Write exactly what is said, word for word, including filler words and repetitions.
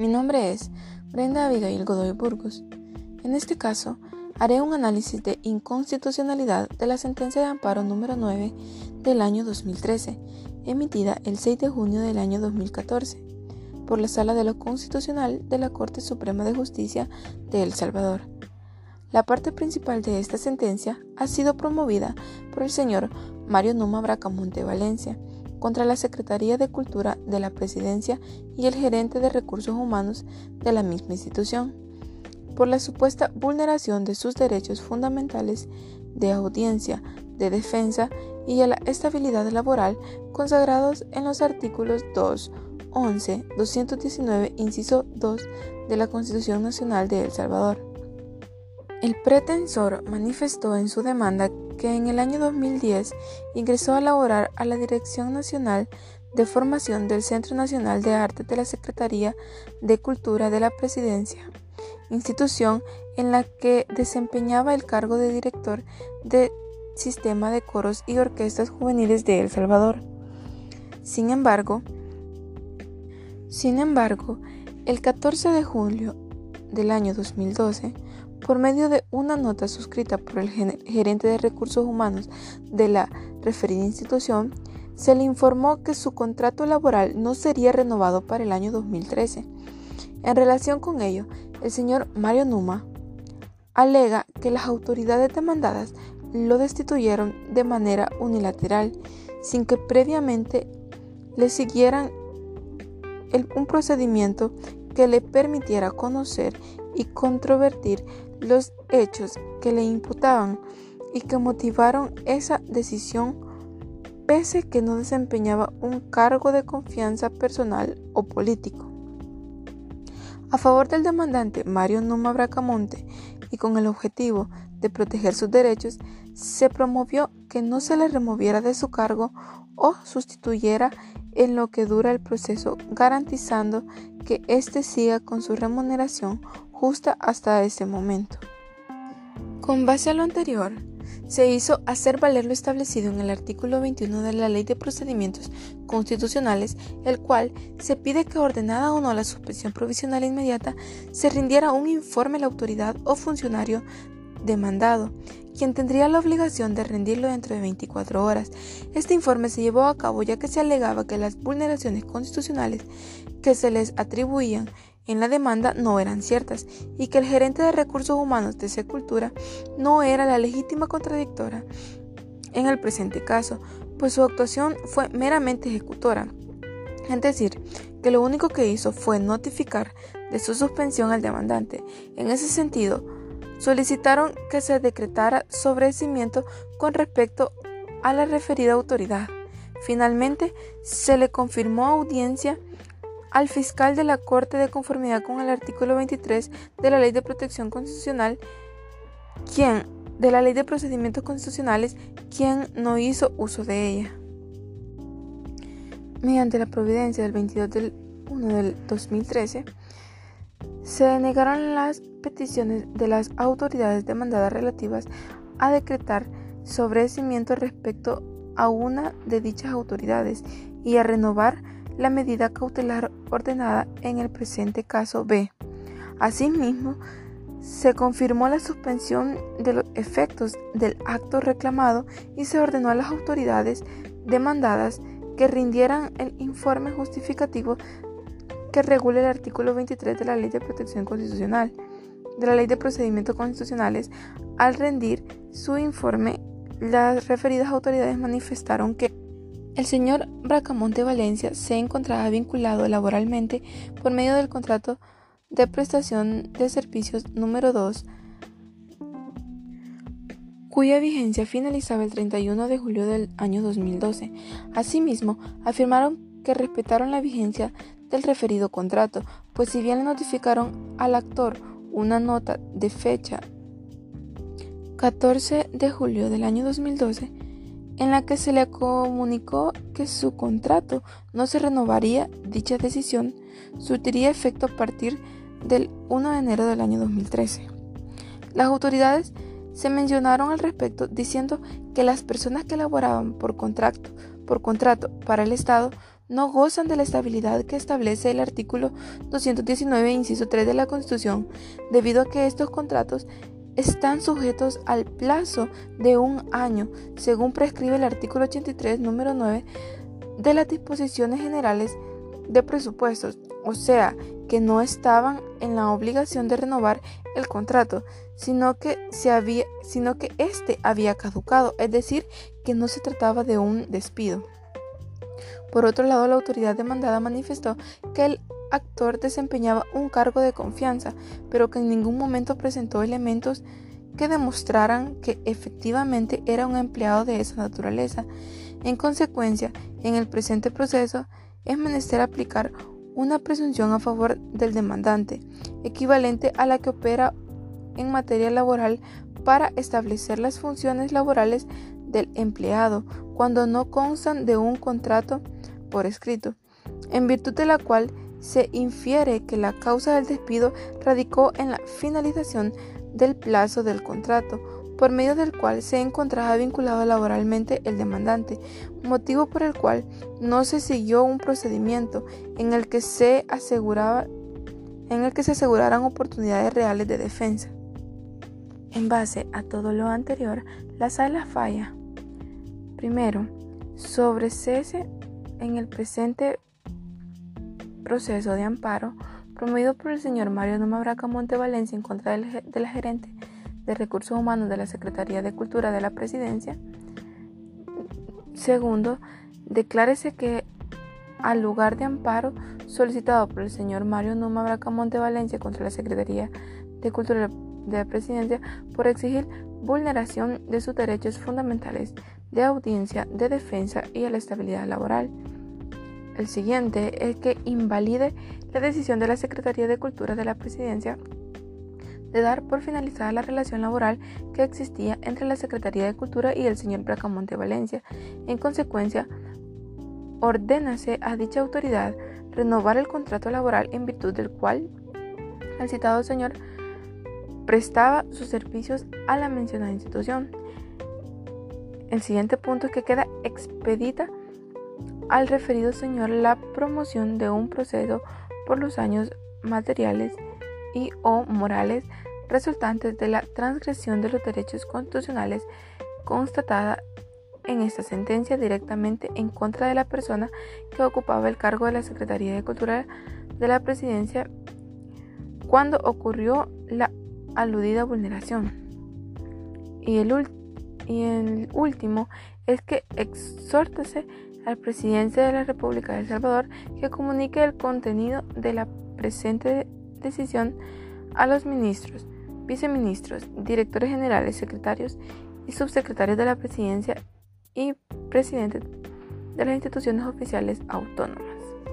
Mi nombre es Brenda Abigail Godoy Burgos. En este caso, haré un análisis de inconstitucionalidad de la sentencia de amparo número nueve del año dos mil trece, emitida el seis de junio del año dos mil catorce, por la Sala de lo Constitucional de la Corte Suprema de Justicia de El Salvador. La parte principal de esta sentencia ha sido promovida por el señor Mario Numa Bracamonte Valencia, contra la Secretaría de Cultura de la Presidencia y el gerente de Recursos Humanos de la misma institución, por la supuesta vulneración de sus derechos fundamentales de audiencia, de defensa y a la estabilidad laboral consagrados en los artículos dos, once, doscientos diecinueve, inciso dos de la Constitución Nacional de El Salvador. El pretensor manifestó en su demanda que en el año dos mil diez ingresó a laborar a la Dirección Nacional de Formación del Centro Nacional de Arte de la Secretaría de Cultura de la Presidencia, institución en la que desempeñaba el cargo de director de Sistema de Coros y Orquestas Juveniles de El Salvador. Sin embargo, sin embargo, el catorce de julio del año dos mil doce, por medio de una nota suscrita por el gerente de Recursos Humanos de la referida institución, se le informó que su contrato laboral no sería renovado para el año dos mil trece. En relación con ello, el señor Mario Numa alega que las autoridades demandadas lo destituyeron de manera unilateral, sin que previamente le siguieran el, un procedimiento que le permitiera conocer y controvertir los hechos que le imputaban y que motivaron esa decisión, pese que no desempeñaba un cargo de confianza personal o político. A favor del demandante Mario Numa Bracamonte y con el objetivo de proteger sus derechos, se promovió que no se le removiera de su cargo o sustituyera en lo que dura el proceso, garantizando que éste siga con su remuneración justa hasta ese momento. Con base a lo anterior, se hizo hacer valer lo establecido en el artículo veintiuno de la Ley de Procedimientos Constitucionales, el cual se pide que, ordenada o no la suspensión provisional inmediata, se rindiera un informe a la autoridad o funcionario demandado, quien tendría la obligación de rendirlo dentro de veinticuatro horas. Este informe se llevó a cabo ya que se alegaba que las vulneraciones constitucionales que se les atribuían en la demanda no eran ciertas y que el gerente de Recursos Humanos de Secultura no era la legítima contradictora en el presente caso, pues su actuación fue meramente ejecutora, es decir, que lo único que hizo fue notificar de su suspensión al demandante. En ese sentido, solicitaron que se decretara sobreseimiento con respecto a la referida autoridad. Finalmente, se le confirmó audiencia al fiscal de la Corte de conformidad con el artículo veintitrés de la Ley de Protección Constitucional, quien, de la Ley de Procedimientos Constitucionales, quien no hizo uso de ella. Mediante la providencia del veintidós del uno del dos mil trece, se denegaron las peticiones de las autoridades demandadas relativas a decretar sobreseimiento respecto a una de dichas autoridades y a renovar la medida cautelar ordenada en el presente caso B. Asimismo, se confirmó la suspensión de los efectos del acto reclamado y se ordenó a las autoridades demandadas que rindieran el informe justificativo que regula el artículo veintitrés de la Ley de Protección Constitucional, de la Ley de Procedimientos Constitucionales. Al rendir su informe, las referidas autoridades manifestaron que el señor Bracamonte Valencia se encontraba vinculado laboralmente por medio del contrato de prestación de servicios número dos, cuya vigencia finalizaba el treinta y uno de julio del año dos mil doce. Asimismo, afirmaron que respetaron la vigencia del referido contrato, pues si bien le notificaron al actor una nota de fecha catorce de julio del año dos mil doce, en la que se le comunicó que su contrato no se renovaría, dicha decisión surtiría efecto a partir del primero de enero del año dos mil trece. Las autoridades se mencionaron al respecto diciendo que las personas que laboraban por contrato, por contrato para el Estado no gozan de la estabilidad que establece el artículo doscientos diecinueve, inciso tres de la Constitución, debido a que estos contratos están sujetos al plazo de un año, según prescribe el artículo ochenta y tres, número nueve, de las disposiciones generales de presupuestos, o sea, que no estaban en la obligación de renovar el contrato, sino que se había, sino que éste había caducado, es decir, que no se trataba de un despido. Por otro lado, la autoridad demandada manifestó que el actor desempeñaba un cargo de confianza, pero que en ningún momento presentó elementos que demostraran que efectivamente era un empleado de esa naturaleza. En consecuencia, en el presente proceso es menester aplicar una presunción a favor del demandante, equivalente a la que opera en materia laboral para establecer las funciones laborales del empleado cuando no constan de un contrato por escrito, en virtud de la cual se infiere que la causa del despido radicó en la finalización del plazo del contrato, por medio del cual se encontraba vinculado laboralmente el demandante, motivo por el cual no se siguió un procedimiento en el que se aseguraba, en el que se aseguraran oportunidades reales de defensa. En base a todo lo anterior, la sala falla: primero, sobre cese en el presente proceso de amparo promovido por el señor Mario Numa Bracamonte Valencia en contra del, de la gerente de Recursos Humanos de la Secretaría de Cultura de la Presidencia. Segundo, declárese que al lugar de amparo solicitado por el señor Mario Numa Bracamonte Valencia contra la Secretaría de Cultura de la Presidencia por exigir vulneración de sus derechos fundamentales de audiencia, de defensa y a la estabilidad laboral. El siguiente es que invalide la decisión de la Secretaría de Cultura de la Presidencia de dar por finalizada la relación laboral que existía entre la Secretaría de Cultura y el señor Bracamonte Valencia. En consecuencia, ordénase a dicha autoridad renovar el contrato laboral en virtud del cual el citado señor prestaba sus servicios a la mencionada institución. El siguiente punto es que queda expedita al referido señor la promoción de un proceso por los daños materiales y o morales resultantes de la transgresión de los derechos constitucionales constatada en esta sentencia directamente en contra de la persona que ocupaba el cargo de la Secretaría de Cultura de la Presidencia cuando ocurrió la aludida vulneración. Y el, y el último es que exhórtase al presidente de la República de El Salvador que comunique el contenido de la presente decisión a los ministros, viceministros, directores generales, secretarios y subsecretarios de la presidencia y presidentes de las instituciones oficiales autónomas.